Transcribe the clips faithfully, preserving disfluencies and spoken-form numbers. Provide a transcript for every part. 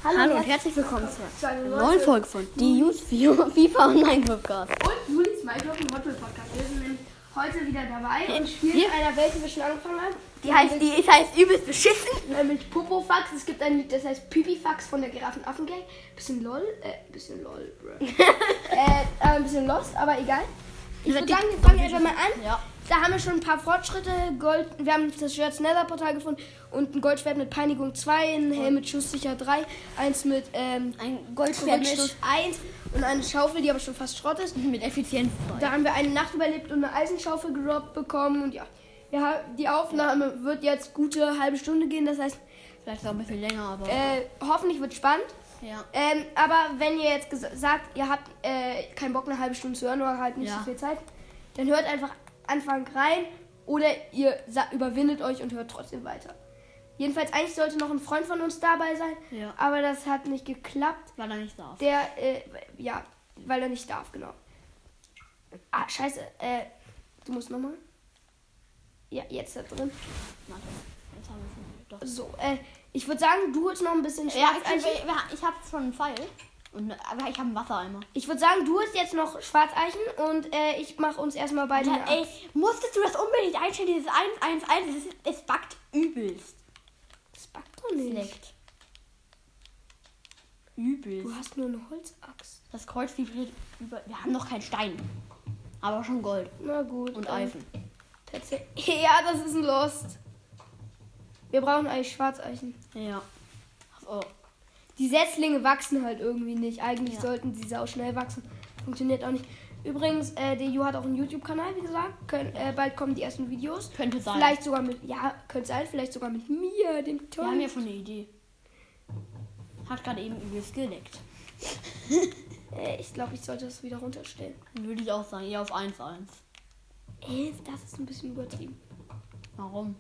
Hallo, Hallo und herzlich willkommen zu einer neuen Folge von Die Youth FIFA Online Podcast. Und Julis Minecraft und Hot Wheels Podcast. Wir sind nämlich heute wieder dabei und spielen in einer Welt, die wir schon angefangen haben. Die heißt, die heißt übelst beschissen. Nämlich Popofax. Es gibt ein Lied, das heißt Pipifax von der Giraffenaffen-Gang. Bisschen lol, äh, bisschen lol, bro. äh, ein bisschen lost, aber egal. Ich würde sagen, wir fangen einfach mal an. Ja. Da haben wir schon ein paar Fortschritte. Gold, wir haben das Schwert Nether-Portal gefunden und ein Goldschwert mit Peinigung zwei, ein Helm mit Schusssicher drei, eins mit ähm, Ein Goldschwert mit, Rückstoß eins und eine Schaufel, die aber schon fast Schrott ist. mit Effizienz zwei. Da haben wir eine Nacht überlebt und eine Eisenschaufel gedroppt bekommen. Und ja, ja, die Aufnahme wird jetzt gute halbe Stunde gehen. Das heißt, Vielleicht auch ein bisschen länger, aber... äh, hoffentlich wird spannend. ja. Ähm, aber wenn ihr jetzt ges- sagt, ihr habt äh, keinen Bock, eine halbe Stunde zu hören oder halt nicht Ja. so viel Zeit, dann hört einfach Anfang rein oder ihr sa- überwindet euch und hört trotzdem weiter. Jedenfalls, eigentlich sollte noch ein Freund von uns dabei sein, Ja. aber das hat nicht geklappt. Weil er nicht darf. Der, äh, ja, weil er nicht darf, genau. Ah, scheiße, äh, du musst nochmal. Ja, jetzt da drin. Warte, jetzt haben wir es doch. So, äh, ich würde sagen, du holst noch ein bisschen Ja, ich, Schwarzeichen. ich, ich habe schon einen Pfeil. Und, aber ich habe einen Wassereimer. Ich würde sagen, du holst jetzt noch Schwarzeichen und äh, ich mache uns erstmal beide. Ja, ey, musstest du das unbedingt einstellen, dieses eins eins eins? Es, ist- es backt übelst. Das backt doch nicht. Leckt. Übelst. Du hast nur eine Holzaxt. Das Kreuz vibriert über... Wir haben noch keinen Stein. Aber schon Gold. Na gut. Und ähm, Eisen. Tatsächlich. Ja, das ist ein Lost. Wir brauchen eigentlich Schwarzeichen. Ja. Oh. Die Setzlinge wachsen halt irgendwie nicht. Eigentlich Ja. sollten sie sau schnell wachsen. Funktioniert auch nicht. Übrigens, äh, der Ju hat auch einen YouTube-Kanal, wie gesagt. Können, äh, bald kommen die ersten Videos. Könnte sein. Vielleicht sogar mit, ja, könnte sein, vielleicht sogar mit mir, dem Wir tollen. haben ja schon eine Idee. Hat gerade eben übelst geleckt. Äh, ich glaube, ich sollte das wieder runterstellen. Würde ich auch sagen. Eher auf eins eins. elf, das ist ein bisschen übertrieben. Warum?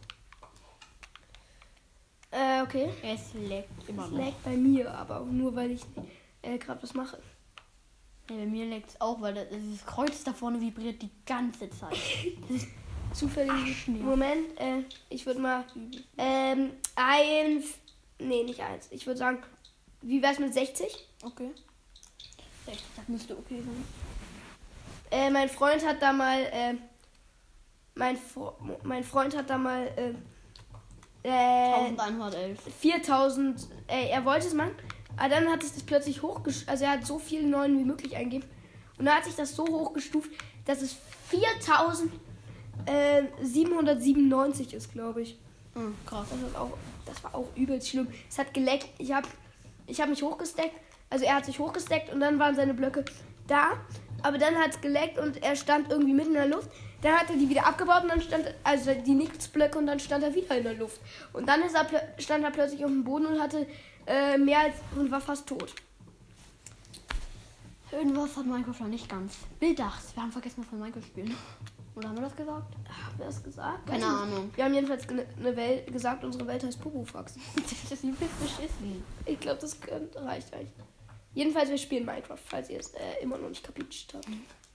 Äh, okay. Es leckt immer Das noch. lag bei mir, aber auch nur, weil ich äh, gerade was mache. Ja, bei mir leckt es auch, weil das, das Kreuz da vorne vibriert die ganze Zeit. Zufällig. Schnee. Moment, äh, ich würde mal ähm, eins. Nee, nicht eins. Ich würde sagen, wie wär's mit sechzig? Okay. Das müsste okay sein. Äh, mein Freund hat da mal, äh, mein, Fro- mein Freund hat da mal, äh, äh, elf. viertausend, äh, er wollte es machen, aber dann hat es das plötzlich hochgestuft, also er hat so viele Neun wie möglich eingegeben und dann hat sich das so hochgestuft, dass es viertausendsiebenhundertsiebenundneunzig ist, glaube ich. Hm, krass. Das, ist auch, das war auch übelst schlimm. Es hat geleckt, ich habe ich hab mich hochgesteckt, also er hat sich hochgesteckt und dann waren seine Blöcke da, aber dann hat es geleckt und er stand irgendwie mitten in der Luft. Dann hat er die wieder abgebaut und dann stand, also die Nichtsblöcke und dann stand er wieder in der Luft. Und dann ist er, plö- stand er plötzlich auf dem Boden und hatte äh, mehr als und war fast tot. Irgendwas hat Minecraft noch nicht ganz. Bildacht. Wir haben vergessen, was von Minecraft spielen. Oder haben wir das gesagt? Haben wir das gesagt? Keine Weiß nicht. Ahnung. Wir haben jedenfalls eine eine Welt gesagt, unsere Welt heißt Popofax. Das ist übelst beschissen. Ich glaube, das könnt, reicht eigentlich. Jedenfalls, wir spielen Minecraft, falls ihr es äh, immer noch nicht kapiert habt.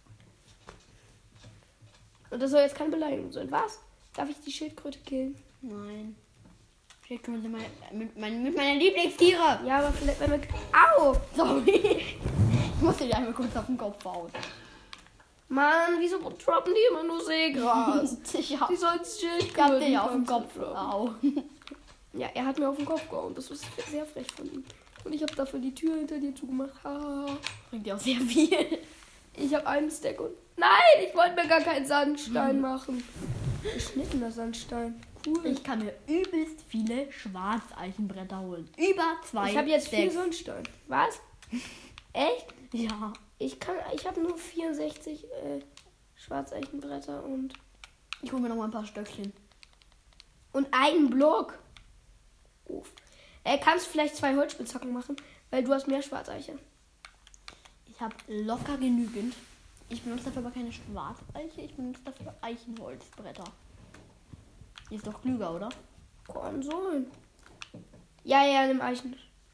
Und das soll jetzt keine Beleidigung sein. Was? Darf ich die Schildkröte killen? Nein. Schildkröten sind meine, mit, meine, mit meiner Lieblingstiere. Ja, aber vielleicht, wenn wir... Au! Sorry. Ich musste dir einmal kurz auf den Kopf hauen. Mann, wieso droppen die immer nur Seegras? Ich hab, Die sollen ich Schildkröten hab dir auf den Kopf. droppen. Au. Ja, er hat mir auf den Kopf gehauen. Das ist sehr frech von ihm. Und ich habe dafür die Tür hinter dir zugemacht. Haha. Bringt dir auch sehr viel. Ich habe einen Stack und... Nein, ich wollte mir gar keinen Sandstein machen. Geschnittener Sandstein. Cool. Ich kann mir übelst viele Schwarzeichenbretter holen. Über zwei Ich habe jetzt vier Stacks. Sandstein. Was? Echt? Ja. Ich kann, ich habe nur vierundsechzig äh, Schwarzeichenbretter und Ich hole mir noch mal ein paar Stöckchen. und einen Block. Uff. Äh, kannst du vielleicht zwei Holzspitzhacken machen, weil du hast mehr Schwarzeiche. Ich habe locker genügend. Ich benutze dafür aber keine Schwarzeiche. Ich benutze dafür Eichenholzbretter. Ist doch klüger, oder? Kann sein. Ja, ja, nimm Eichen.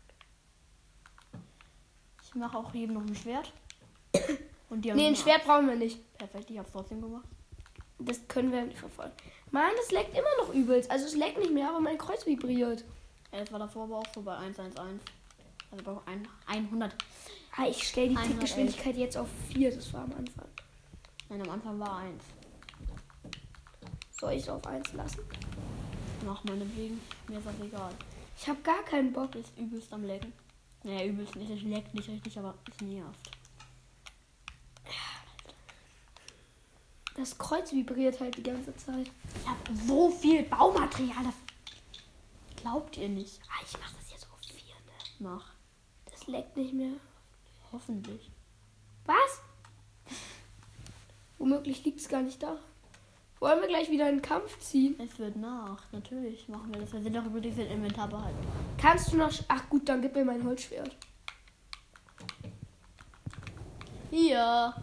Ich mache auch jedem noch ein Schwert. Und die haben Nee, ein noch- Schwert brauchen wir nicht. Perfekt, ich habe es trotzdem gemacht. Das können wir nicht verfolgen. Mann, das leckt immer noch übelst. Also es leckt nicht mehr, aber mein Kreuz vibriert. Ja, das war davor aber auch so bei eins eins eins. Also brauche ich hundert. Ah, ich stelle die hundertelf. Tickgeschwindigkeit jetzt auf vier. Das war am Anfang. Nein, am Anfang war eins. Soll ich es auf eins lassen? Mach meinetwegen. Mir ist das egal. Ich habe gar keinen Bock. Ist übelst am Lecken. Naja, übelst nicht. Es leckt nicht richtig, aber es nervt. Das Kreuz vibriert halt die ganze Zeit. Ich habe so viel Baumaterial. Das glaubt ihr nicht. Ah, ich mach das jetzt auf vier, ne? Mach. Das leckt nicht mehr. Hoffentlich. Was? Womöglich liegt es gar nicht da. Wollen wir gleich wieder einen Kampf ziehen? Es wird nach. Natürlich machen wir das. Wir sind doch übrigens im Inventar behalten. Kannst du noch... sch- Ach gut, dann gib mir mein Holzschwert. Hier.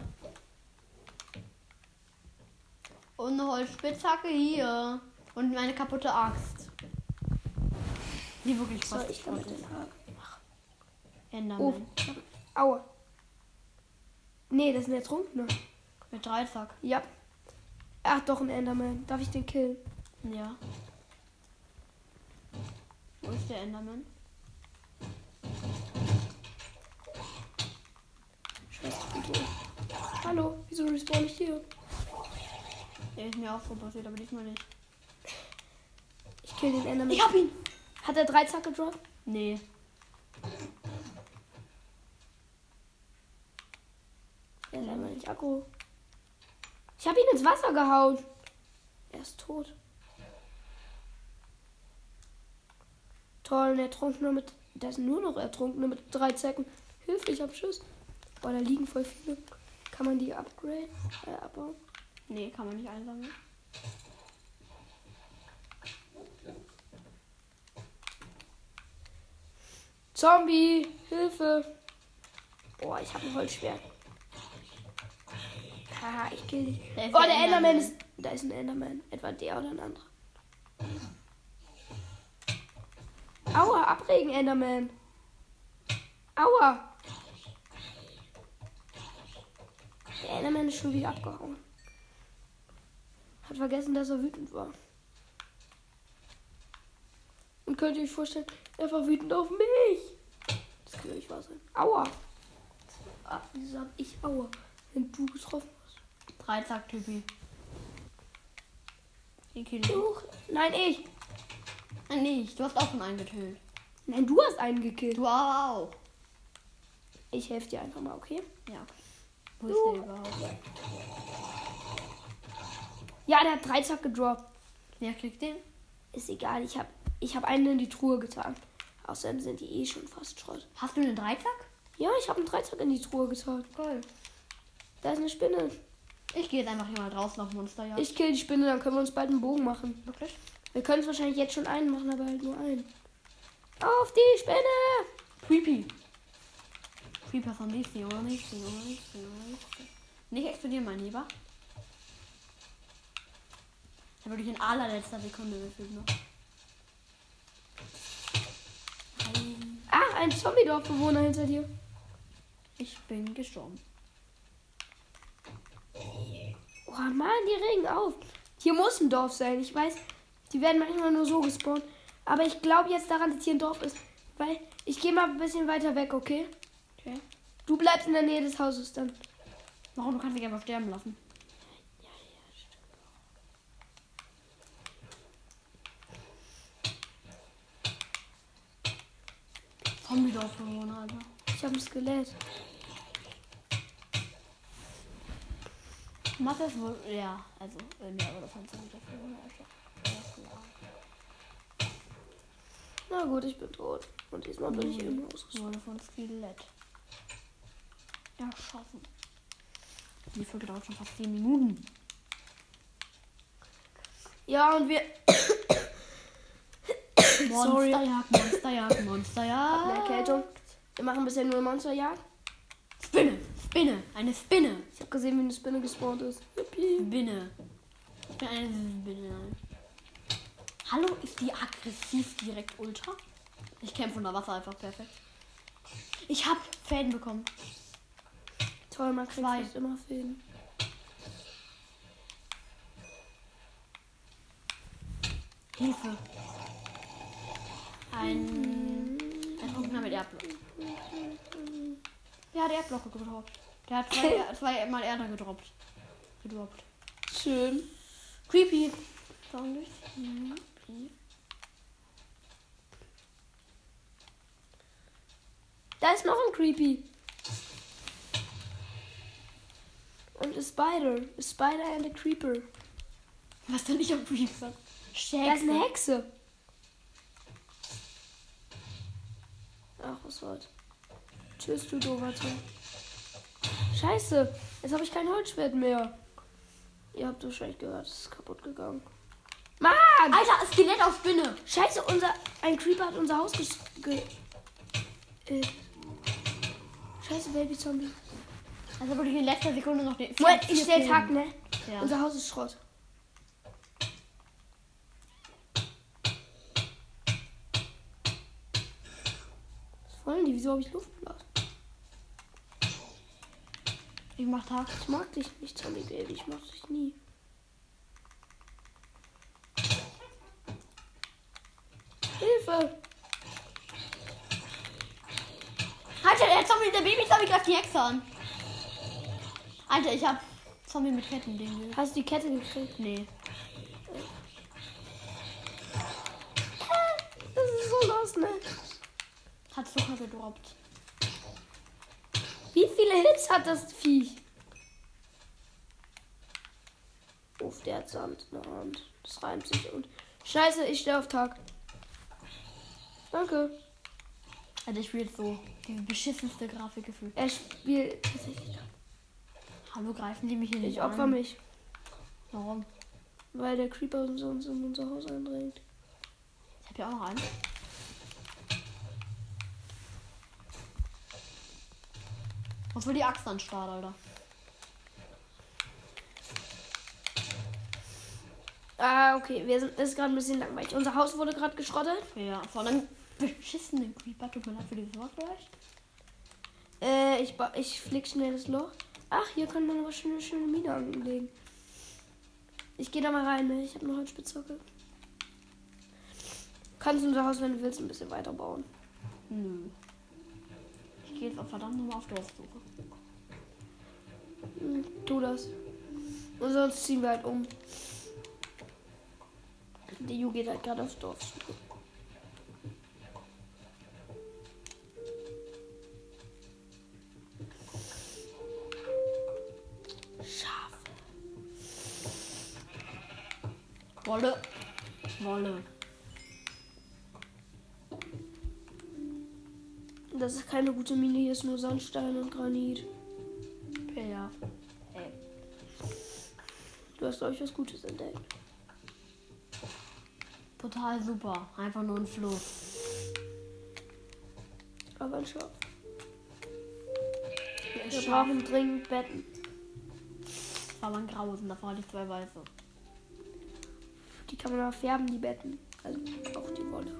Und eine Holzspitzhacke hier. Und meine kaputte Axt. Die wirklich Was soll fast ich damit kaputt denn ist. haben? Enderman. Oh, aua. Nee, das ist ein Ertrunkener. Mit Dreizack. Ja. Ach doch, ein Enderman. Darf ich den killen? Ja. Wo ist der Enderman? Scheiße, ich bin tot. Hallo, wieso respawn ich hier? Der ist mir auch so passiert, aber diesmal nicht. Ich kill den Enderman. Ich hab ihn! Hat er drei Zack gedroppt? Nee. Der ist einmal nicht aggro. Ich hab ihn ins Wasser gehauen. Er ist tot. Toll, ein Ertrunkener mit... Da ist nur noch Ertrunkener mit drei Zecken. Hilfe, ich hab Schiss. Boah, da liegen voll viele. Kann man die upgraden? Äh, abbauen? Nee, kann man nicht einsammeln. Zombie, Hilfe. Boah, ich hab ein Holzschwert. Haha, ich kill dich. Da ist Oh, der der Enderman Enderman. ist... Da ist ein Enderman. Etwa der oder ein anderer. Aua, abregen, Enderman. Aua. Der Enderman ist schon wieder abgehauen. Hat vergessen, dass er wütend war. Und könnt ihr euch vorstellen, er war wütend auf mich. Das kann ja nicht wahr sein. Aua. Ah, wieso sag ich Aua, wenn du getroffen hast? Dreizack-Typi. Den kill ich. Du? Nein, ich. Nein, nicht. Du hast auch schon einen getötet. Nein, du hast einen gekillt. Du aber auch. Ich helfe dir einfach mal, okay? Ja, okay. Wo Du. ist der überhaupt? Ja, der hat drei Zack gedroppt. Wer kriegt den? Ist egal, ich habe ich hab einen in die Truhe getan. Außerdem sind die eh schon fast Schrott. Hast du einen Dreizack? Ja, ich habe einen Dreizack in die Truhe getan. Cool. Da ist eine Spinne. Ich gehe jetzt einfach hier mal draußen auf Monsterjagd. Ich kill die Spinne, dann können wir uns bald einen Bogen machen. Wirklich? Wir können es wahrscheinlich jetzt schon einen machen, aber halt nur einen. Auf die Spinne! Creepy. Creeper von nicht sehen, oder nicht sehen, oder nicht sehen, oder nicht sehen. Nicht explodieren, mein Lieber. Da würde ich in allerletzter Sekunde gefühlt noch. Nein. Ah, ein Zombie-Dorfbewohner hinter dir. Ich bin gestorben. Oh Mann, die regen auf. Hier muss ein Dorf sein. Ich weiß, die werden manchmal nur so gespawnt. Aber ich glaube jetzt daran, dass hier ein Dorf ist. Weil ich gehe mal ein bisschen weiter weg, okay? Okay. Du bleibst in der Nähe des Hauses dann. Warum? Du kannst dich einfach sterben lassen. Ja, ja, stimmt. Zombie-Dorfbewohner, Alter. Ich habe ein Skelett. Was ist wohl. Ja, also, äh, ja, oder von Zombie-Dorfbewohner, Alter. Ja, klar. Na gut, ich bin tot. Und diesmal bin ich im Haus. Wurde von Skelett erschossen. Die Folge dauert schon fast zehn Minuten. Ja, und wir... Sorry. Monsterjagd, Monsterjagd, Eine Monsterjagd. Erkältung. Wir machen bisher nur Monsterjagd. Spinne, Spinne, eine Spinne. Ich habe gesehen, wie eine Spinne gespawnt ist. Yippie. Spinne. Ich bin eine Spinne. Hallo, ist die aggressiv direkt Ultra? Ich kämpfe unter Wasser einfach perfekt. Ich habe Fäden bekommen. Toll, man kriegt Zwei. fast immer Fäden. Hilfe. Ein. Es Trunkener mit Erdblock. Ja, der Erdblocke gedroppt. Der hat zwei, zwei Mal Erde gedroppt. Gedroppt. Schön. Creepy. Warum nicht? Mhm. Da ist noch ein Creepy. Und a Spider. A Spider and a Creeper. Was denn nicht auf Creeper? Da ist eine Hexe. Ach, was war's? Tschüss, du Dovate. Scheiße, jetzt habe ich kein Holzschwert mehr. Ihr habt wahrscheinlich gehört, es ist kaputt gegangen. Mann! Alter, Skelett auf Spinne. Scheiße, unser, ein Creeper hat unser Haus ges... Ge, äh, Scheiße, Baby-Zombie. Also wirklich in letzter Sekunde noch den... Moment, ich stell Tag, ne? Ja. Unser Haus ist Schrott. Was wollen die? Wieso habe ich Luftblatt? Ich mach Tag. Ich mag dich nicht, Zombie Baby. Ich mag dich nie. Hilfe! Alter, der Zombie, der Baby-Zombie greift die Hexe an. Alter, ich hab Zombie mit Kettending. Hast du die Kette gekriegt? Nee. Das ist so los, ne? Hat Zucker gedroppt. Wie viele Hits hat das Viech? Uff, der hat Sand in der Hand. Das reimt sich und... Scheiße, ich stehe auf Tag. Danke. Also ich spiele jetzt so die beschissenste Grafik gefühlt. Er spielt tatsächlich. Hallo, greifen die mich hier nicht Ich an? opfer mich, Warum? weil der Creeper uns sonst in unser Haus eindringt. Ich hab ja auch noch einen. Was will die Axt an Start, Alter? Ah, okay, wir sind, das ist gerade ein bisschen langweilig. Unser Haus wurde gerade geschrottet. Ja, von einem beschissenen Creeper. Tut mir leid für dieses Wort vielleicht. Äh, ich, ba- ich flick schnell das Loch. Ach, hier kann man aber schöne, schöne Mine anlegen. Ich gehe da mal rein, ne? Ich habe noch eine Spitzhacke. Kannst unser Haus, wenn du willst, ein bisschen weiter bauen. Nö. Ich gehe jetzt auch verdammt nochmal auf Dorfsuche. Hm, tu das. Und sonst ziehen wir halt um. Der Ju geht halt gerade aufs Dorfsuche. Schafe. Wolle. Wolle. Das ist keine gute Mine, hier ist nur Sandstein und Granit. Ja. Ey. Du hast, glaube ich, was Gutes entdeckt. Total super. Einfach nur ein Fluss. Aber ein Schaf. Ein Wir Schaf. brauchen dringend Betten. Das war mal ein Grausen. Davor hatte ich zwei weiße. Die kann man aber färben, die Betten. Also auch die Wolle.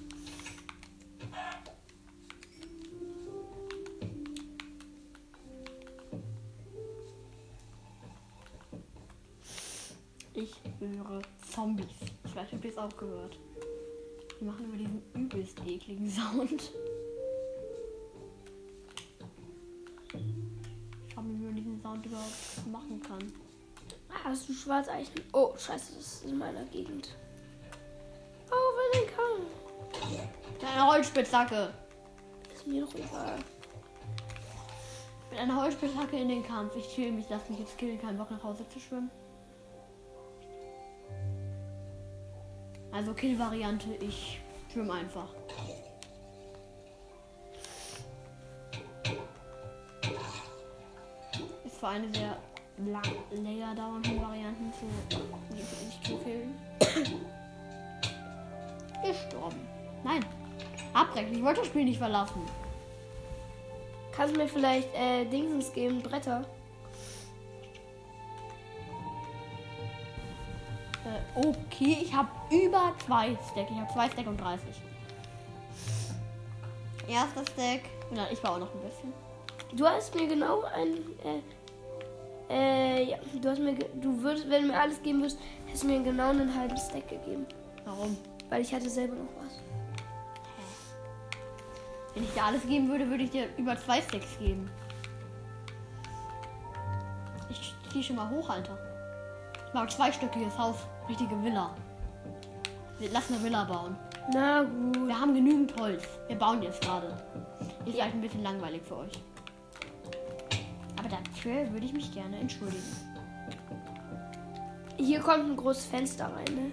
Ich höre Zombies. Ich weiß nicht, ob ihr es auch gehört. Die machen immer diesen übelst ekligen Sound. Ich frage mich, wie man diesen Sound überhaupt machen kann. Ah, hast du Schwarzeichen? Oh, scheiße, das ist in meiner Gegend. Oh, wenn ich kann. Mit einer Holzspitzhacke. Ist mir doch egal. Mit einer Holzspitzhacke in den Kampf. Ich chill mich, lass mich jetzt killen. Kein Bock nach Hause zu schwimmen. Also Kill-Variante, ich schwimme einfach. Ist für eine sehr lang, länger dauernde Varianten zu nicht zu killen. Gestorben. Nein. Abbrechen. Ich wollte das Spiel nicht verlassen. Kannst du mir vielleicht äh, Dingsens geben, Bretter? Äh, okay, ich habe über zwei Stack. Ich habe zwei Stack und dreißig. Erster Stack. Ja, ich war auch noch ein bisschen. Du hast mir genau ein. Äh, äh, ja, du hast mir. ge- Du würdest, wenn du mir alles geben würdest, hättest du mir genau einen halben Stack gegeben. Warum? Weil ich hatte selber noch was. Wenn ich dir alles geben würde, würde ich dir über zwei Stacks geben. Ich gehe schon mal hoch, Alter. Ich mache zweistöckiges Haus. Richtige Villa. Wir lassen eine Villa bauen. Na gut. Wir haben genügend Holz. Wir bauen jetzt gerade. Ist halt ein bisschen langweilig für euch. Aber dafür würde ich mich gerne entschuldigen. Hier kommt ein großes Fenster rein, ne?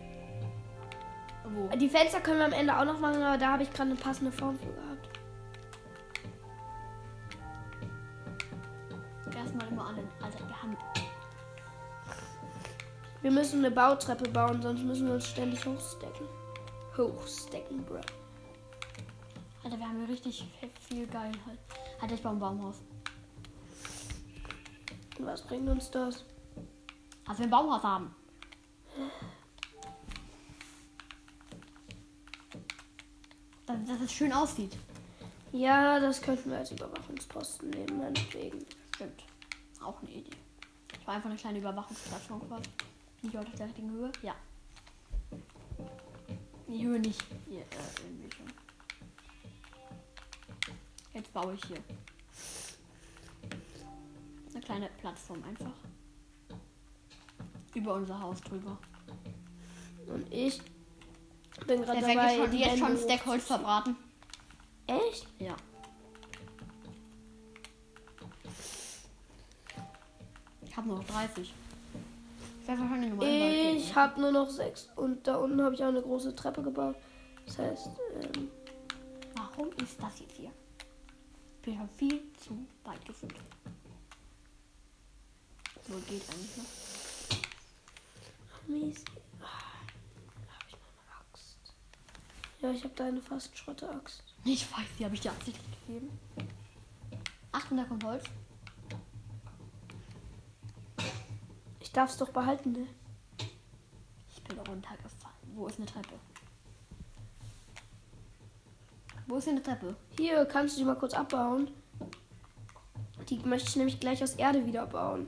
Wo? Die Fenster können wir am Ende auch noch machen, aber da habe ich gerade eine passende Form für gehabt. Erstmal immer alle. Also wir haben. Wir müssen eine Bautreppe bauen, sonst müssen wir uns ständig hochstecken. Hochstecken, bro. Alter, wir haben hier richtig viel geil halt. Alter, ich baue ein Baumhaus. Und was bringt uns das? Dass wir ein Baumhaus haben. Dass, dass es schön aussieht. Ja, das könnten wir als Überwachungsposten nehmen, meinetwegen. Stimmt. Auch eine Idee. Ich war einfach eine kleine Überwachungsstation quasi. Nicht auf der richtigen Höhe? Ja. Die Höhe nicht. Hier, äh, irgendwie schon. Jetzt baue ich hier. Eine kleine Plattform einfach. Über unser Haus drüber. Und ich bin gerade Perfekt, dabei, jetzt schon, die jetzt schon ein Wände Stack Holz verbraten. Echt? Ja. Ich habe nur noch dreißig. Ich werde wahrscheinlich nur einmal Ich habe nur noch sechs. Und da unten habe ich auch eine große Treppe gebaut. Das heißt, ähm, Warum ist das jetzt hier? Wir haben viel zu weit geführt. So geht eigentlich noch. mies. Ah, da habe ich noch eine Axt. Ja, ich habe da eine fast Schrotte-Axt. Ich weiß, die habe ich dir absichtlich gegeben. Achtung, da kommt Holz. Ich darf es doch behalten, ne? Ich bin runtergefallen. Wo ist eine Treppe? Wo ist hier eine Treppe? Hier, kannst du die mal kurz abbauen? Die möchte ich nämlich gleich aus Erde wieder bauen.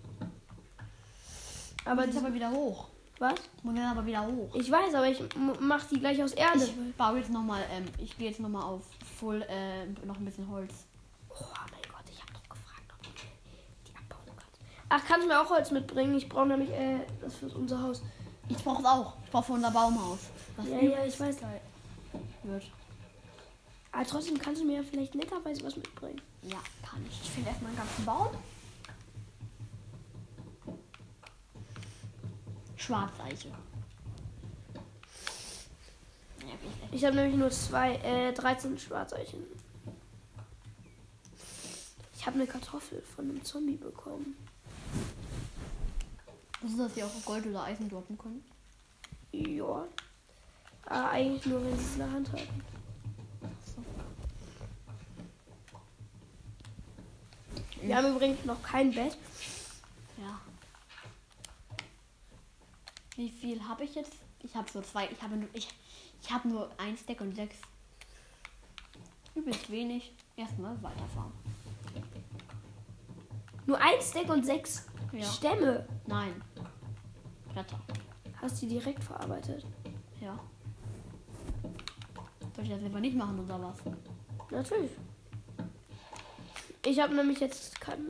Aber Aber die ist die, aber wieder hoch. was? Und dann aber wieder hoch. Ich weiß, aber ich m- mach die gleich aus Erde. Ich baue jetzt nochmal, ähm, ich gehe jetzt nochmal auf Full, äh, noch ein bisschen Holz. Oh mein Gott, ich habe doch gefragt, ob du die abbauen kannst. Ach, kannst du mir auch Holz mitbringen? Ich brauche nämlich äh, das für unser Haus. Ich brauche es auch. Ich brauche für unser Baumhaus. Das Ja, übelst ja, ich weiß. geil wird. Aber trotzdem kannst du mir ja vielleicht netterweise was mitbringen. Ja, kann ich. Ich finde erstmal einen ganzen Baum. Schwarzeiche. Ja, okay. Ich habe nämlich nur zwei, äh, dreizehn Schwarzeichen. Ich habe eine Kartoffel von einem Zombie bekommen. Wusstest du, dass die auch Gold oder Eisen droppen können? Ja. Aber eigentlich nur, wenn sie es in der Hand halten. So. Wir haben übrigens noch kein Bett. Ja. Wie viel habe ich jetzt? Ich habe so zwei. Ich habe nur, ich, ich habe nur ein Stack und sechs. Übelst wenig. Erstmal weiterfahren. Nur ein Stack und sechs Ja. Stämme. Nein. Bretter. Hast du die direkt verarbeitet? Ja. Soll ich das einfach nicht machen oder was? Natürlich. Ich habe nämlich jetzt keine.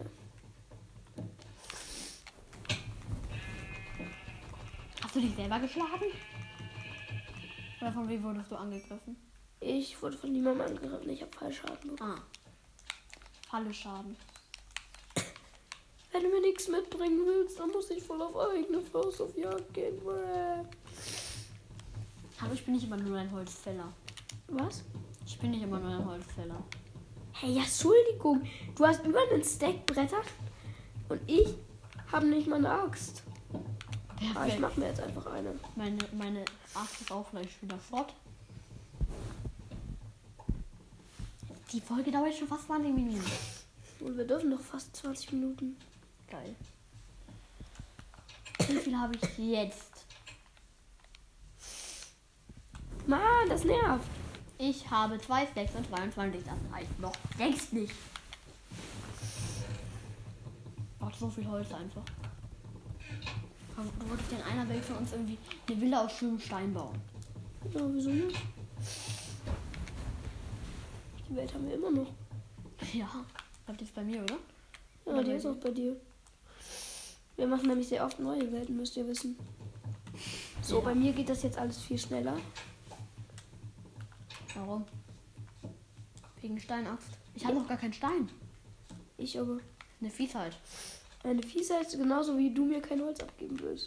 Hast du dich selber geschlagen? Oder von wem wurdest du angegriffen? Ich wurde von niemandem angegriffen. Ich habe Fallschaden bekommen. Ah. Falle Schaden. Wenn du mir nichts mitbringen willst, dann muss ich voll auf eigene Faust auf Jagd gehen. Bäh. Aber ich bin nicht immer nur ein Holzfäller. Was? Ich bin nicht immer nur ein Holzfäller. Hey, ja, Entschuldigung. Du hast über einen Stack Bretter und ich habe nicht mal eine Axt. Aber ich Perfekt. mache mir jetzt einfach eine. Meine, meine Axt ist auch gleich wieder flott. Die Folge dauert schon fast zwanzig Minuten. Und wir dürfen noch fast zwanzig Minuten. Geil. Wie viel habe ich jetzt? Mann, das nervt. Ich habe zwei Stacks und zweiundzwanzig. Das reicht noch längst nicht. Braucht so viel Holz einfach. Aber du wolltest ja in einer Welt von uns irgendwie eine Villa aus schönem Stein bauen. Ja, wieso nicht? Die Welt haben wir immer noch. Ja, habt ihr es bei mir, oder? Ja, Oder die bei ist dir? auch bei dir. Wir machen nämlich sehr oft neue Welten, müsst ihr wissen. So, Ja. bei mir geht das jetzt alles viel schneller. Warum? Wegen Steinaxt. Ich habe noch gar keinen Stein. Ich aber. Eine Fiesheit. Eine Fiesheit ist genauso wie du mir kein Holz abgeben willst.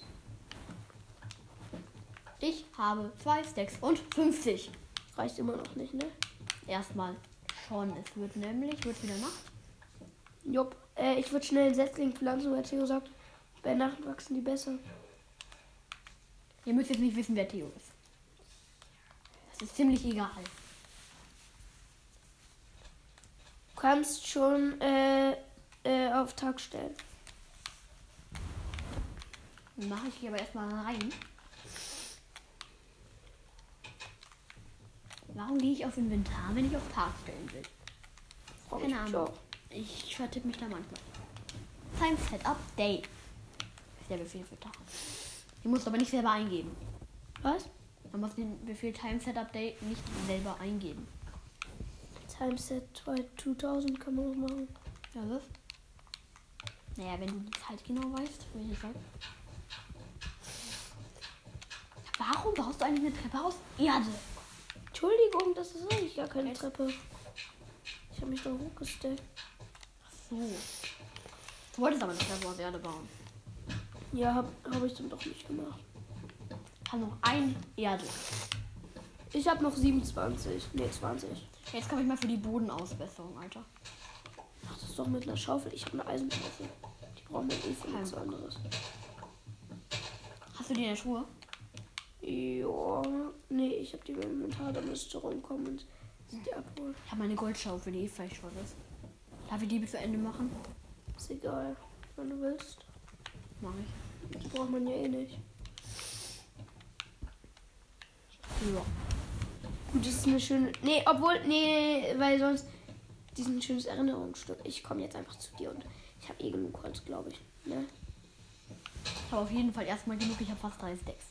Ich habe zwei Stacks und fünfzig. Reicht immer noch nicht, ne? Erstmal schon. Es wird nämlich, wird wieder Nacht. Jupp. Äh, ich würde schnell einen Setzling pflanzen, weil Theo sagt, bei Nacht wachsen die besser. Ihr müsst jetzt nicht wissen, wer Theo ist. Das ist ziemlich egal. Du kannst schon äh, äh, auf Tag stellen. Dann mache ich hier aber erstmal rein. Warum gehe ich auf Inventar, wenn ich auf Tag stellen will? Frag Keine ich mich Ahnung. auch. Ich vertippe mich da manchmal. Time Setup Day. Ist der Befehl für Tag. Die musst du aber nicht selber eingeben. Was? Man muss den Befehl Time Setup Day nicht selber eingeben. Timeset zweitausend kann man noch machen. Ja, was? Naja, wenn du die Zeit genau weißt, will ich sagen. Warum baust du eigentlich eine Treppe aus Erde? Entschuldigung, das ist eigentlich gar keine Treppe. Ich habe mich da hochgesteckt. So. Du wolltest aber eine Treppe aus Erde bauen. Ja, habe hab ich dann doch nicht gemacht. Ich habe noch ein Erde. Ich habe noch siebenundzwanzig. Ne, zwanzig. Jetzt komme ich mal für die Bodenausbesserung, Alter. Mach das doch mit einer Schaufel. Ich habe eine Eisenschaufel. Die brauchen wir eh für nichts anderes. Hast du die in der Schuhe? Ja, nee, ich habe die im Inventar. Da müsste rumkommen und die abholen. Ich habe meine Goldschaufel, die eh vielleicht schon ist. Darf ich die bis zu Ende machen? Ist egal, wenn du willst. Mach ich. Die braucht man ja eh nicht. Ja. Gut, das ist eine schöne. Nee, obwohl. Nee, weil sonst. Die sind ein schönes Erinnerungsstück. Ich komme jetzt einfach zu dir und ich habe eh genug Holz, glaube ich. Ne? Ich habe auf jeden Fall erstmal genug. Ich habe fast drei Stacks.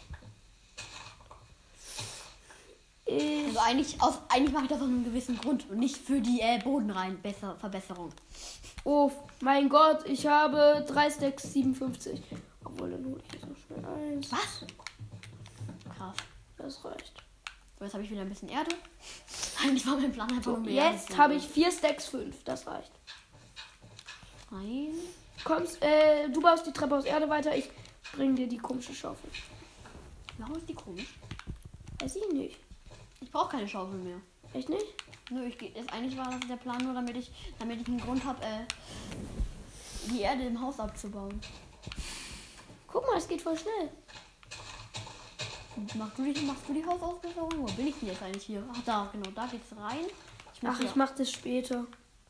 Ich, Also eigentlich, aus, eigentlich mache ich das aus einem gewissen Grund und nicht für die äh, Bodenrein besser, Verbesserung. oh, mein Gott, ich habe drei Stacks siebenundfünfzig. Obwohl, dann hole ich jetzt noch schnell eins. Was? Krass. Das reicht. So, jetzt habe ich wieder ein bisschen Erde. Eigentlich war mein Plan einfach So, nur mehr. jetzt habe ich vier Stacks fünf. Das reicht. Nein. Kommst, äh, du baust die Treppe aus Erde weiter. Ich bring dir die komische Schaufel. Warum ist die komisch? Weiß ich nicht. Ich brauche keine Schaufel mehr. Echt nicht? Nö, ich gehe. Eigentlich war das der Plan nur, damit ich, damit ich einen Grund habe, äh, die Erde im Haus abzubauen. Guck mal, es geht voll schnell. Machst du die, machst du die Hausausbesserung? Wo bin ich denn jetzt eigentlich hier? Ach, da, genau, da geht's rein. Ich muss Ach, hier- ich mach das später.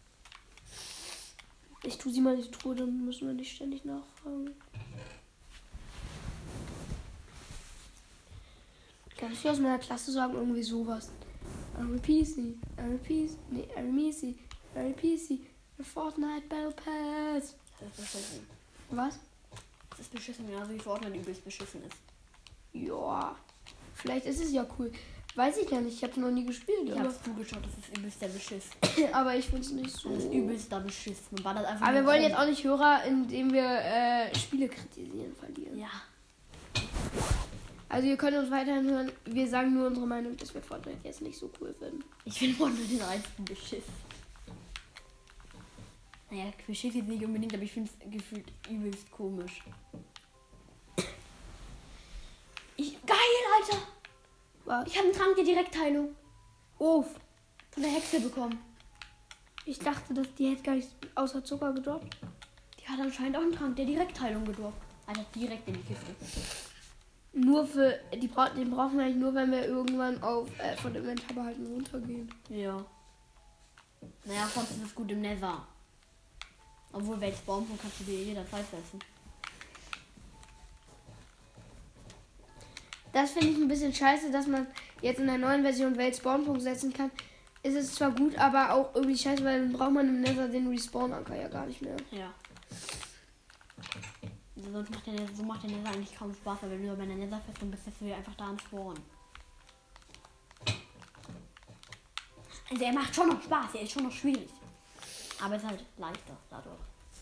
Ich tue sie mal in die Truhe, dann müssen wir nicht ständig nachfragen. Kann ich aus meiner Klasse sagen, irgendwie sowas. I'm a P C, I'm a P C, nee, I'm a P C, I'm a P C, a Fortnite Battle Pass. Das ist beschissen. Was? Das ist beschissen, ja, so wie Fortnite übelst beschissen ist. Ja, vielleicht ist es ja cool. Weiß ich ja nicht, ich habe noch nie gespielt. Ich Aber, hab's zugeschaut, das ist übelster Beschiss. aber ich finde es nicht so. Das ist übelster Beschiss. Man war das einfach Aber wir nur wollen rum. jetzt auch nicht Hörer, indem wir äh, Spiele kritisieren, verlieren. Ja. Also ihr könnt uns weiterhin hören. Wir sagen nur unsere Meinung, dass wir Fortnite jetzt nicht so cool finden. Ich finde Fortnite den reinsten Beschiss. Naja, Beschiss jetzt nicht unbedingt, aber ich finde es gefühlt übelst komisch. Ich, geil, Alter! Was? Ich habe einen Trank der Direktheilung Uff. von der Hexe bekommen. Ich dachte, dass die hätte gar nicht außer Zucker gedroppt. Die hat anscheinend auch einen Trank der Direktheilung gedroppt. Alter, direkt in die Kiste. Nur für. Die bra den brauchen wir eigentlich nur, wenn wir irgendwann auf äh, von dem Inventar behalten runtergehen. Ja. Naja, sonst ist es gut im Nether. Obwohl, welches Baumpunkt kannst du dir jederzeit setzen. Das finde ich ein bisschen scheiße, dass man jetzt in der neuen Version Welt-Spawn-Punkt setzen kann. Ist es zwar gut, aber auch irgendwie scheiße, weil dann braucht man im Nether den Respawn-Anker ja gar nicht mehr. Ja. Also sonst macht der Nether, so macht der Nether eigentlich kaum Spaß, weil wenn du bei der Nether-Festung bist, bist du ja einfach da am Spawn. Also er macht schon noch Spaß, er ist schon noch schwierig. Aber es ist halt leichter dadurch.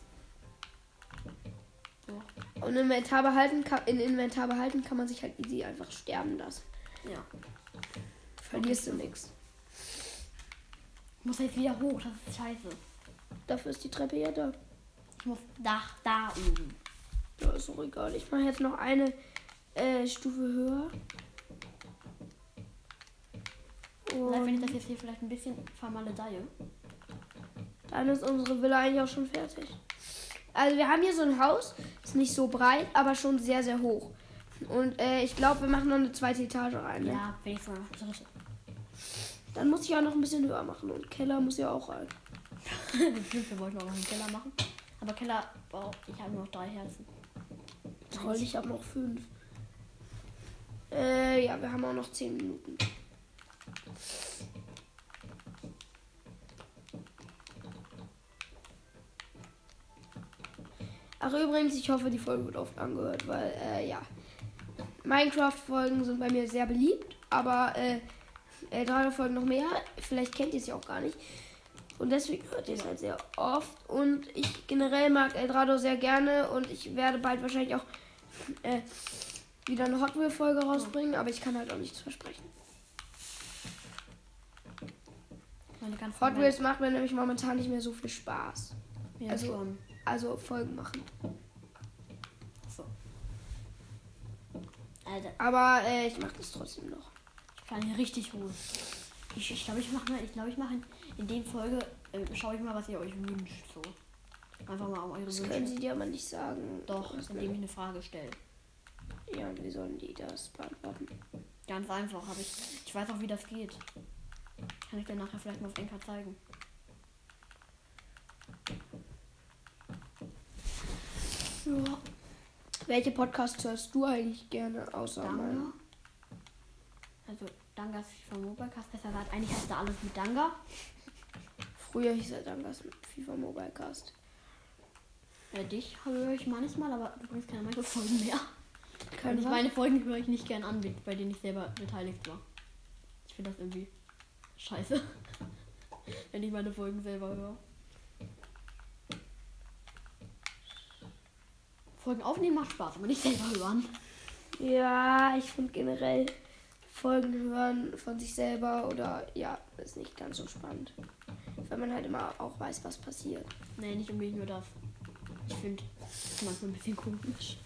So. Und Inventar behalten kann, in Inventar behalten kann man sich halt easy einfach sterben lassen. Ja. Verlierst du nichts. Ich muss jetzt wieder hoch, das ist scheiße. Dafür ist die Treppe ja da. Ich muss da, da oben. Ja, ist auch egal. Ich mache jetzt noch eine äh, Stufe höher. Vielleicht, wenn ich das jetzt hier vielleicht ein bisschen vermaledeie. Dann ist unsere Villa eigentlich auch schon fertig. Also wir haben hier so ein Haus, ist nicht so breit, aber schon sehr, sehr hoch. Und äh, ich glaube, wir machen noch eine zweite Etage rein. Ne? Ja, wenigstens noch eine dritte. Dann muss ich auch noch ein bisschen höher machen. Und Keller muss ja auch rein. Stimmt, wir wollten auch noch einen Keller machen. Aber Keller, wow, ich habe nur noch drei Herzen. Toll, ich habe noch fünf. Äh, ja, wir haben auch noch zehn Minuten. Ach übrigens, ich hoffe, die Folge wird oft angehört, weil, äh, ja. Minecraft-Folgen sind bei mir sehr beliebt, aber, äh, Eldrado-Folgen noch mehr. Vielleicht kennt ihr es ja auch gar nicht. Und deswegen hört ihr es halt sehr oft. Und ich generell mag Eldrado sehr gerne und ich werde bald wahrscheinlich auch, äh, wieder eine Hot Wheel-Folge rausbringen, aber ich kann halt auch nichts versprechen. Hot Wheels macht mir nämlich momentan nicht mehr so viel Spaß. Ja, also, schon. also Folgen machen. So. Alter. Aber äh, ich mache das trotzdem noch. Ich kann hier richtig hoch. Ich ich glaube, ich mache mal, ich glaube, ich mache in, in den Folge, äh, schaue ich mal, was ihr euch wünscht. So. Einfach mal um eure Das Wünsche. können sie dir aber nicht sagen. Doch, indem ich eine Frage stelle. Ja, und wie sollen die das beantworten? Ganz einfach, habe ich. Ich weiß auch, wie das geht. Kann ich dir nachher vielleicht mal auf Enker zeigen. Ja. Welche Podcasts hörst du eigentlich gerne außer Danga. meinem? Also Dangas FIFA Mobilecast, besser gesagt, eigentlich heißt da alles mit Danga. Früher hieß er Dangas FIFA Mobilecast. Ja, dich höre ich manchmal, aber du bringst keine Minecraft-Folgen mehr. Kein Und ich was? meine Folgen höre ich nicht gern an, bei denen ich selber beteiligt war. Ich finde das irgendwie scheiße, wenn ich meine Folgen selber höre. Folgen aufnehmen macht Spaß, aber nicht selber hören. Ja, ich finde generell Folgen hören von sich selber oder ja, ist nicht ganz so spannend. Weil man halt immer auch weiß, was passiert. Nee, nicht unbedingt nur das. Ich finde das manchmal ein bisschen komisch.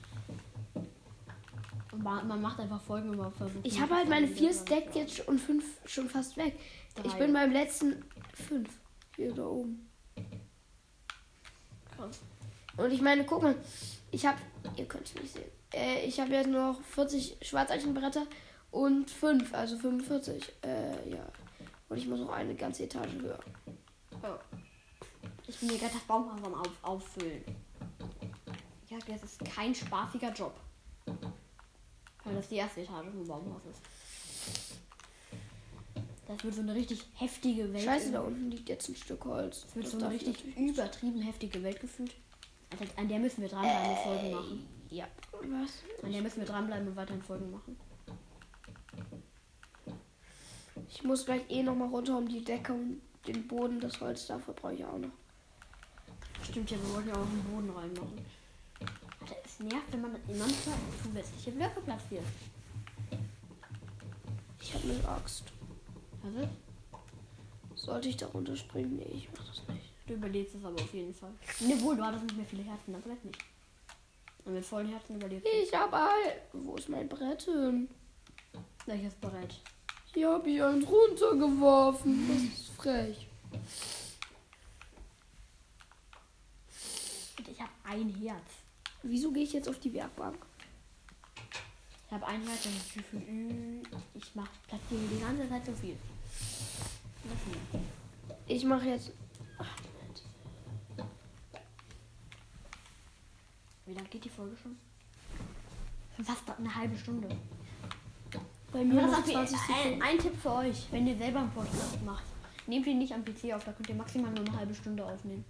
Und man, man macht einfach Folgen immer versucht. Ich habe halt meine vier Stacks jetzt und fünf schon fast weg. Drei. Ich bin beim letzten fünf. Hier da oben. Krass. Und ich meine, guck mal, ich habe, ihr könnt es nicht sehen, äh, ich habe jetzt nur noch vierzig Schwarzeichenbretter und fünf, also fünfundvierzig. Äh, ja. Und ich muss noch eine ganze Etage höher. Oh. Ich bin hier gerade das Baumhaus am auf, Auffüllen. Ich sag dir, es ist kein spaßiger Job. Weil das die erste Etage vom Baumhaus ist. Das wird so eine richtig heftige Welt. Scheiße, da unten liegt jetzt ein Stück Holz. Das wird Das so eine darf richtig natürlich nicht. übertrieben heftige Welt gefühlt. Also an der müssen wir dranbleiben und Folgen machen. Ja. Was? An der müssen wir dranbleiben und weiterhin Folgen machen. Ich muss gleich eh noch mal runter um die Decke und den Boden. Das Holz dafür brauche ich auch noch. Stimmt ja, wir wollten ja auch den Boden reinmachen. Alter, es nervt, wenn man in manchmal zusätzliche Blöcke platziert. Ich habe eine Axt. Was ist? Sollte ich da runterspringen? Nee, ich mach das nicht. Du überlebst es aber auf jeden Fall. Ne, wohl, du hattest nicht mehr viele Herzen, dann vielleicht nicht. Und mit vollen Herzen überlebst du. Ich habe halt... Wo ist mein Brett hin? Welches Brett? Hier habe ich eins runtergeworfen. Das ist frech. Und ich habe ein Herz. Wieso gehe ich jetzt auf die Werkbank? Ich habe ein Herz, das ist viel, viel. Ich mach, platziere die ganze Zeit so viel. Das nicht. Ich mache jetzt... Wie lange geht die Folge schon? Fast eine halbe Stunde. Bei mir Aber noch das ist zwanzig ein, Sekunden. ein Tipp für euch, wenn ihr selber einen Podcast macht. Nehmt ihn nicht am P C auf, da könnt ihr maximal nur eine halbe Stunde aufnehmen.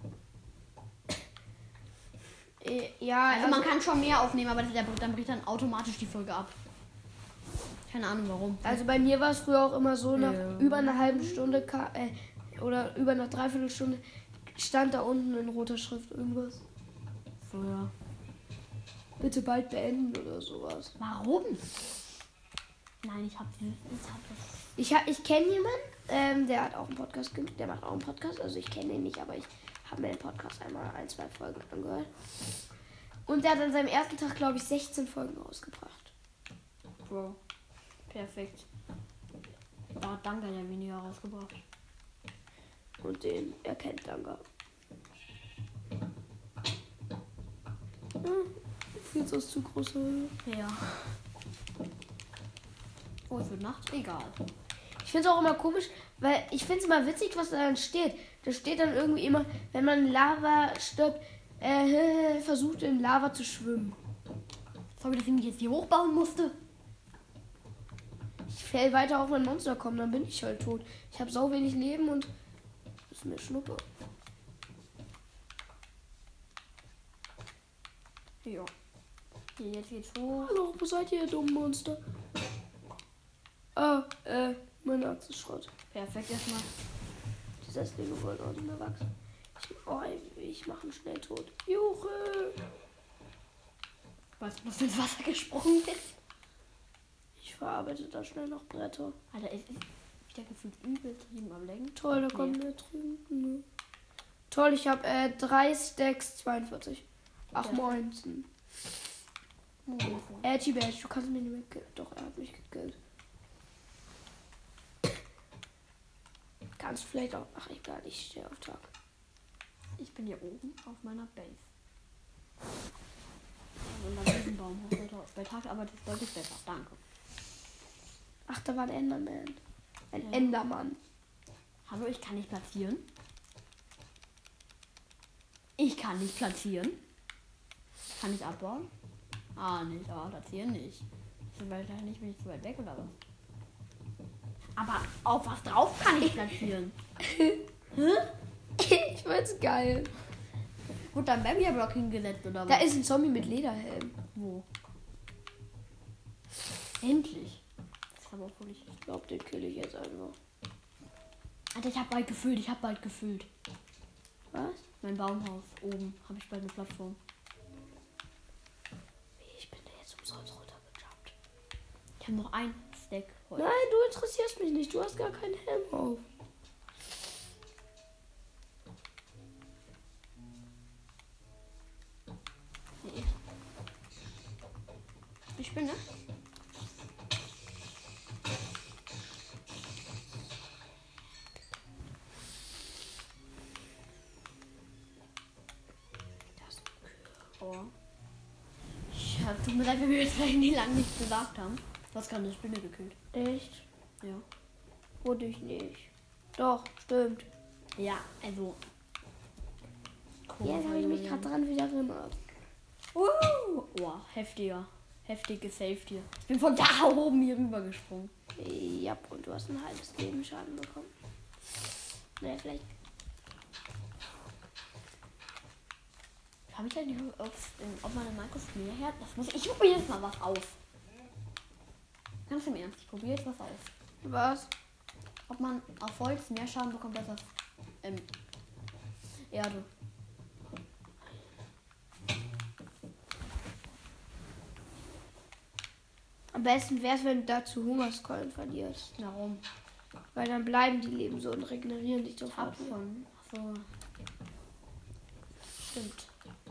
Äh, Ja, Also, man kann schon mehr aufnehmen, aber das, der, dann bricht dann automatisch die Folge ab. Keine Ahnung warum. Also bei mir war es früher auch immer so, nach Ja. über einer halben Stunde ka- äh, oder über einer Dreiviertelstunde stand da unten in roter Schrift irgendwas. So, ja. Bitte bald beenden oder sowas. Warum? Nein, ich hab dieses. Ich hab das. Ich, ha- ich kenne jemanden, ähm, der hat auch einen Podcast gemacht. Der macht auch einen Podcast. Also ich kenne ihn nicht, aber ich habe mir den Podcast einmal ein, zwei Folgen angehört. Und der hat an seinem ersten Tag, glaube ich, sechzehn Folgen rausgebracht. Bro. Perfekt. Da hat Danke ja weniger rausgebracht. Und den erkennt Danga. Hm, viel zu zu große Höhe. Ja. Oh, es wird Nacht? Egal. Ich finde es auch immer komisch, weil ich finde es immer witzig, was da dann steht. Da steht dann irgendwie immer, wenn man in Lava stirbt, äh, versucht in Lava zu schwimmen. Sorry, dass ich mich jetzt hier hochbauen musste. Ich fäll weiter auf mein Monster kommen, dann bin ich halt tot. Ich habe sau wenig Leben und ist mir Schnuppe. Ja. Hier, jetzt geht's hoch. Hallo, wo seid ihr, ihr dummen Monster? Ah, äh, meine Axt ist Schrott. Perfekt erstmal. Die Setzlinge wollen auch nicht mehr wachsen. Ich, oh, ich mache ihn schnell tot. Juche! Weißt du, was ins Wasser gesprungen ist? Ich verarbeite da schnell noch Bretter. Alter, es ist wieder gefühlt übertrieben am Lenken. Toll, da kommt der drüben. Nö. Toll, ich habe äh, drei Stacks zweiundvierzig. Ach, Ja. moinsen. Äh, T-Badge, du kannst mich nicht mehr killen. Doch, er hat mich gekillt. Kannst vielleicht auch. Ach, egal, ich stehe auf Tag. Ich bin hier oben auf meiner Base. Also in diesem Baum hoch. Bei Tag aber das ist deutlich besser. Danke. Ach, da war ein Enderman. Ein Ja. Endermann. Hallo, ich kann nicht platzieren. Ich kann nicht platzieren. Kann ich abbauen? Ah, nicht. Aber platzieren nicht. Ist weit nicht, bin ich zu weit weg oder was? Aber auf was drauf kann ich platzieren? Ich find's geil. Gut, dann Barrier Block hingesetzt oder was? Da ist ein Zombie mit Lederhelm. Wo? Endlich. Das ist aber auch wirklich. Ich glaube, den kill ich jetzt einfach. Alter, ich hab bald gefüllt. Ich hab bald gefüllt. Was? Mein Baumhaus oben habe ich bald eine Plattform. Ich bin da jetzt umsonst runtergejumpt. Ich habe noch ein Stack Holz. Nein, du interessierst mich nicht. Du hast gar keinen Helm auf. Nee. Ich bin, ne? Das Oh. Ich hab, tut mir leid, wenn wir jetzt vielleicht nicht lange nichts gesagt haben. Du hast gerade eine Spinne gekillt. echt? Ja. Wurde ich nicht. Doch, stimmt. Ja, also. Jetzt habe ich mich gerade dran wieder erinnert. Uh, oh, heftiger. Heftige Save hier. Ich bin von da oben hier rüber gesprungen. Ja, und du hast ein halbes Leben Schaden bekommen. Naja, vielleicht. Habe ich eigentlich auf, auf meine Markus mehr her? Das muss ich. Ich probiere jetzt mal was aus. Ganz im Ernst, ich probiere jetzt was aus. Was? Ob man auf Holz mehr Schaden bekommt als auf ähm, Erde. Am besten wäre es, wenn du dazu Hungerskeulen verlierst. Warum? Weil dann bleiben die Leben so und regenerieren sich sofort. Hab schon. So. Stimmt.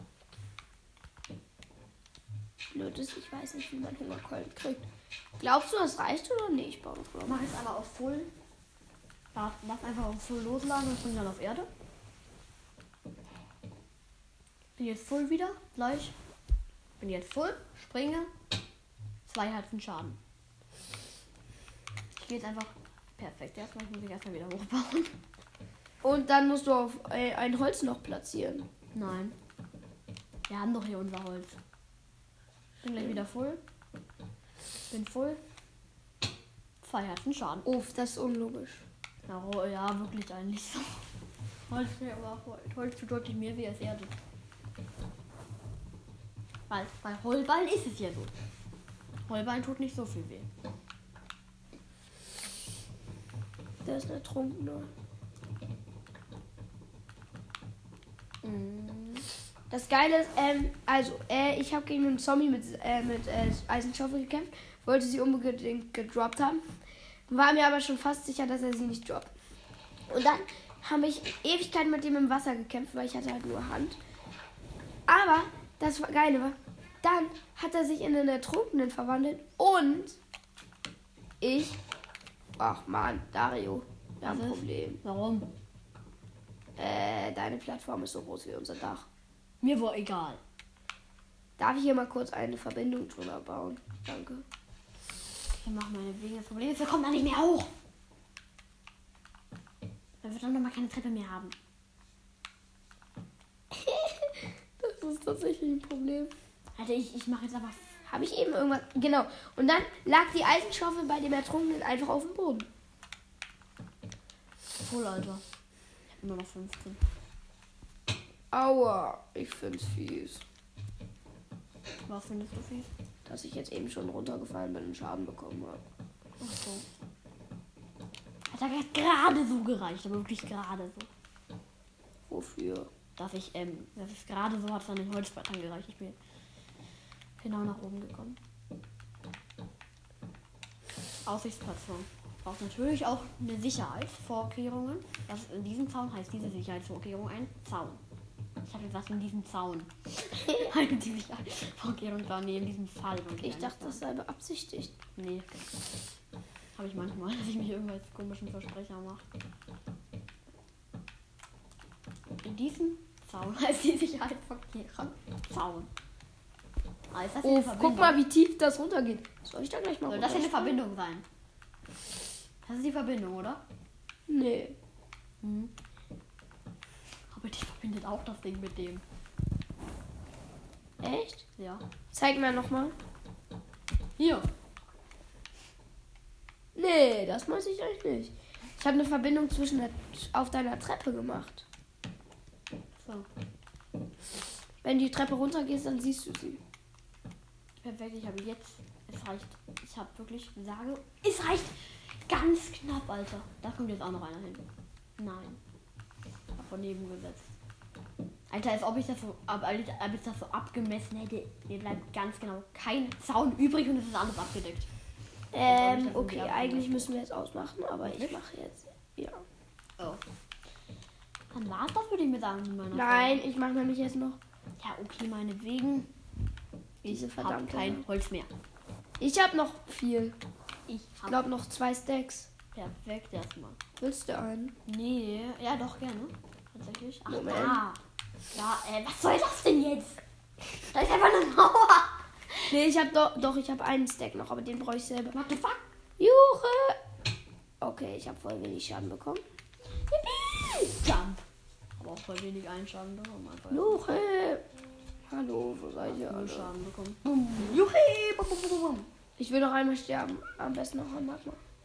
Blöd ist, ich weiß nicht, wie man Hungerkeulen kriegt. Glaubst du, das reicht oder nicht? Ich baue noch Mach jetzt aber auf Full. Lass lass einfach auf Full losladen und spring dann auf Erde. Bin jetzt Full wieder. Gleich. Bin jetzt Full. Springe. Zwei Herzen Schaden. Ich gehe jetzt einfach. Perfekt. Erstmal muss ich erstmal wieder hochbauen. Und dann musst du auf äh, ein Holz noch platzieren. Nein. Wir haben doch hier unser Holz. Bin gleich wieder Full. Bin Full. Zwei Herzen Schaden. Uff, das ist unlogisch. Ja, oh, ja, wirklich eigentlich so. Holz, aber Holz tut deutlich mehr wie als Erde. Weil bei Heulballen ist es ja so. Heulballen tut nicht so viel weh. Der ist eine Trunkene. Mhm. Das Geile ist, ähm, also, äh, ich habe gegen einen Zombie mit, äh, mit äh, Eisenschaufel gekämpft, wollte sie unbedingt gedroppt haben, war mir aber schon fast sicher, dass er sie nicht droppt. Und dann habe ich Ewigkeiten mit dem im Wasser gekämpft, weil ich hatte halt nur Hand. Aber das Geile war, dann hat er sich in einen Ertrunkenen verwandelt und ich, ach man, Dario, wir haben ein Problem. Warum? Äh, deine Plattform ist so groß wie unser Dach. Mir war egal. Darf ich hier mal kurz eine Verbindung drüber bauen? Danke. Ich mach meine Wege. Das Problem ist, wir kommen da nicht mehr hoch. Weil wir dann nochmal keine Treppe mehr haben. Das ist tatsächlich ein Problem. Alter, ich, ich mache jetzt aber... Habe ich eben irgendwas... Genau. Und dann lag die Eisenschaufel bei dem Ertrunkenen einfach auf dem Boden. Voll, Alter. Ich hab nur noch fünfzehn. Aua, ich find's fies. Was findest du fies? Dass ich jetzt eben schon runtergefallen bin und Schaden bekommen habe. Ach so. Hat er gerade so gereicht, aber wirklich gerade so. Wofür? Dass ich, ähm, dass es gerade so hat, an den Holzbrettern gereicht. Ich bin genau nach oben gekommen. Aussichtsplattform. Braucht natürlich auch eine Sicherheitsvorkehrungen. Das in diesem Zaun heißt diese Sicherheitsvorkehrung ein Zaun. Ich habe jetzt was in diesem Zaun. Eine die Sicherheitsvorkehrung war nee, in diesem Fall. Ich dachte, das sei beabsichtigt. Nee. Habe ich manchmal, dass ich mich irgendwelche komischen Versprecher mache. In diesem Zaun heißt die Sicherheitsvorkehrung Zaun. Ah, ist das Oh, guck mal, wie tief das runtergeht. Soll ich da gleich mal Soll das hier eine Verbindung sein? Das ist die Verbindung, oder? Nee. Mhm. Aber die verbindet auch das Ding mit dem. Echt? Ja. Zeig mal nochmal. Hier. Nee, das weiß ich eigentlich nicht. Ich habe eine Verbindung zwischen der, auf deiner Treppe gemacht. So. Wenn die Treppe runtergehst, dann siehst du sie. Perfekt, ich habe jetzt. Es reicht. Ich habe wirklich sage. Es reicht ganz knapp, Alter. Da kommt jetzt auch noch einer hin. Nein. Hab daneben gesetzt. Alter, als ob ich das so, ab, als ob ich das so abgemessen hätte. Mir bleibt ganz genau kein Zaun übrig und es ist alles abgedeckt. Ähm, okay, eigentlich müssen wir jetzt ausmachen, aber ich mache jetzt. Ja. Oh. Dann war es das, würde ich mir sagen, in meiner Nein, ich mache nämlich jetzt noch. Ja, okay, meinetwegen. Diese Ich habe verdammte. kein Holz mehr. Ich habe noch viel. Ich Ich habe glaube noch zwei Stacks. perfekt erstmal. Willst du einen? Nee, ja doch, gerne. Tatsächlich. Ach, Moment. da. Ja, äh, was soll das denn jetzt? Da ist einfach eine Mauer. Nee, ich habe doch, doch, ich habe einen Stack noch, aber den brauche ich selber. What the fuck? Juche! Okay, ich habe voll wenig Schaden bekommen. Jump. Aber auch voll wenig Einschaden bekommen. Einfach Juche! Hallo, wo seid ihr null alle? Schaden bekommen. Bum. Juhi, bum, bum, bum, bum. Ich will noch einmal sterben. Am besten noch einmal.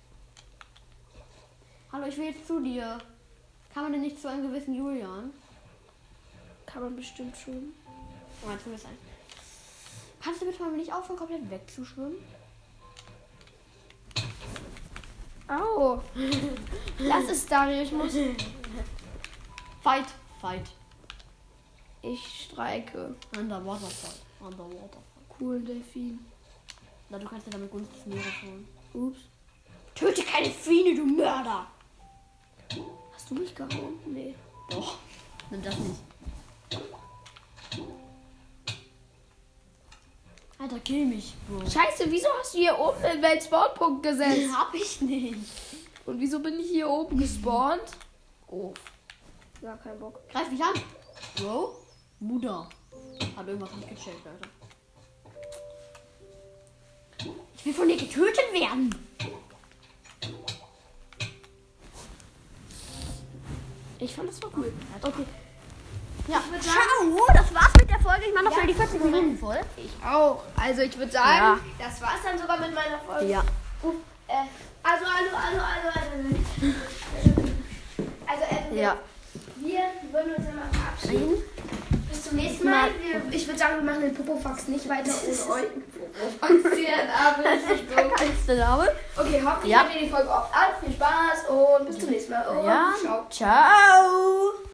Hallo, ich will jetzt zu dir. Kann man denn nicht zu einem gewissen Julian? Kann man bestimmt schon. Oh, jetzt will ich sein. Kannst du bitte mal nicht aufhören, komplett wegzuschwimmen? Au! Lass es, Dario, ich muss. Fight, fight. Ich streike. Underwater fight. Underwater fight. Cool, Delfin. Na, du kannst ja damit Gunst des Meeres holen. Ups. Töte keine Fiene, du Mörder! Hast du mich gehauen? Nee. Doch. Nimm das nicht. Alter, kill mich, Bro. Scheiße, wieso hast du hier oben den Weltspawnpunkt gesetzt? Hab ich nicht. Und wieso bin ich hier oben gespawnt? Oh. Ja, kein Bock. Greif mich an. Bro? Mutter. Hat irgendwas nicht gecheckt, Alter. Ich will von dir getötet werden. Ich fand das war cool. Okay. Ja, ciao. Das war's mit der Folge. Ich mach noch schnell die vierzig Minuten voll. Ich auch. Also ich würde sagen, das war's dann sogar mit meiner Folge. Ja. Uh, äh, also, also, also, also, also. Also, äh, Ja. wir würden uns einmal verabschieden. Bis zum nächsten Mal. Wir, ich würde sagen, wir machen den Popofax nicht weiter ohne euch. Angstziehen, aber ist nicht so. Angst der Name. Okay, hoffentlich Ja. habt ihr die Folge oft an. Viel Spaß und bis zum nächsten Mal. Und Ja, ciao. ciao.